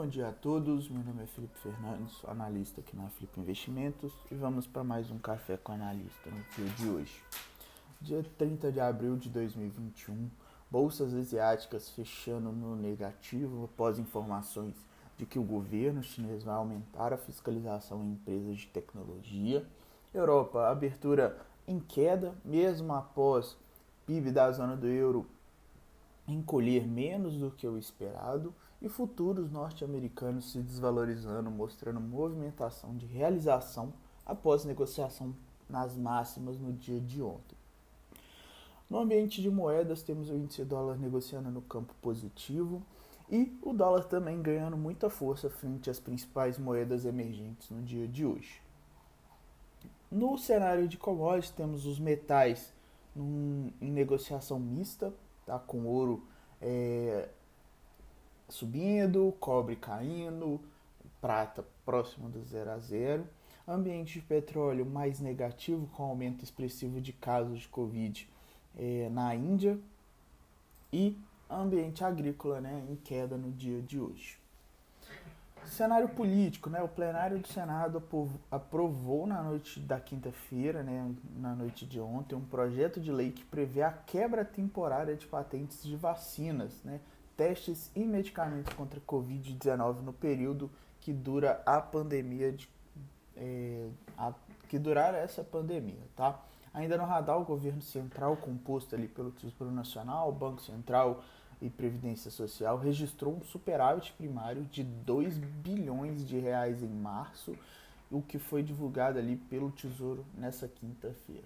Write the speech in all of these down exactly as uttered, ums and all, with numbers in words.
bom dia a todos, meu nome é Felipe Fernandes, sou analista aqui na Flip Investimentos e vamos para mais um Café com Analista no dia de hoje. Dia trinta de abril de dois mil e vinte e um, bolsas asiáticas fechando no negativo após informações de que o governo chinês vai aumentar a fiscalização em empresas de tecnologia. Europa, abertura em queda, mesmo após P I B da zona do euro encolher menos do que o esperado, e futuros norte-americanos se desvalorizando, mostrando movimentação de realização após negociação nas máximas no dia de ontem. No ambiente de moedas, temos o índice dólar negociando no campo positivo e o dólar também ganhando muita força frente às principais moedas emergentes no dia de hoje. No cenário de commodities, temos os metais num, em negociação mista, tá, com ouro é, subindo, cobre caindo, prata próximo do zero a zero. Ambiente de petróleo mais negativo, com aumento expressivo de casos de Covid é, na Índia. E ambiente agrícola, né, em queda no dia de hoje. Cenário político, né, o plenário do Senado aprovou na noite da quinta-feira, né, na noite de ontem, um projeto de lei que prevê a quebra temporária de patentes de vacinas, né, testes e medicamentos contra a covid dezenove no período que dura a pandemia, de, é, a, que durar essa pandemia, tá? Ainda no radar, o governo central, composto ali pelo Tesouro Nacional, Banco Central e Previdência Social, registrou um superávit primário de dois bilhões de reais em março, o que foi divulgado ali pelo Tesouro nessa quinta-feira.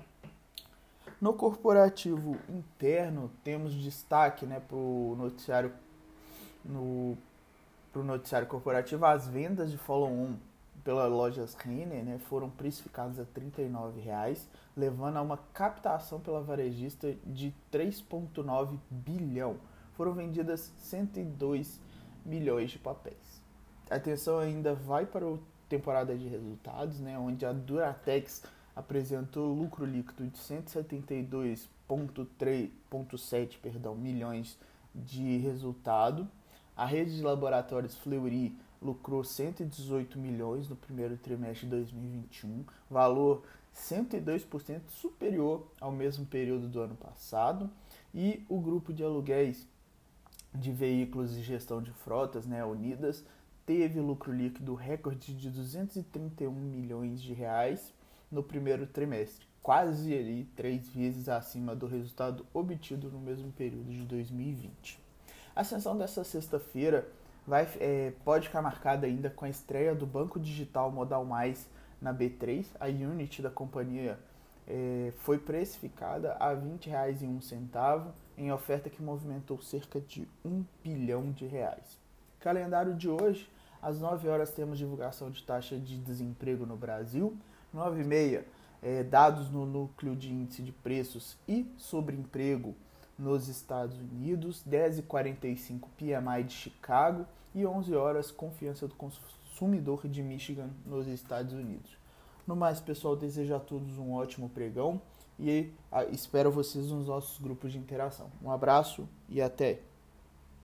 No corporativo interno, temos destaque, né, para o noticiário, no, pro noticiário corporativo, as vendas de follow-on pelas lojas Renner, né, foram precificadas a trinta e nove reais, levando a uma captação pela varejista de três vírgula nove bilhão. Foram vendidas cento e dois milhões de papéis. A atenção ainda vai para a temporada de resultados, né, onde a Duratex apresentou lucro líquido de cento e setenta e dois vírgula sete perdão, milhões de resultado. A rede de laboratórios Fleury lucrou cento e dezoito milhões no primeiro trimestre de dois mil e vinte e um, valor cento e dois por cento superior ao mesmo período do ano passado. E o grupo de aluguéis de veículos e gestão de frotas, né, Unidas, teve lucro líquido recorde de duzentos e trinta e um milhões de reais no primeiro trimestre, quase ali três vezes acima do resultado obtido no mesmo período de dois mil e vinte. A sessão dessa sexta-feira vai, é, pode ficar marcada ainda com a estreia do Banco Digital Modal Mais na B três. A unit da companhia é, foi precificada a vinte reais e um centavo em oferta que movimentou cerca de um bilhão de reais. Calendário de hoje, às nove horas temos divulgação de taxa de desemprego no Brasil, nove e meia, é, dados no núcleo de índice de preços e sobre emprego nos Estados Unidos, dez e quarenta e cinco P M I de Chicago e onze horas confiança do consumidor de Michigan nos Estados Unidos. No mais, pessoal, desejo a todos um ótimo pregão e espero vocês nos nossos grupos de interação. Um abraço e até!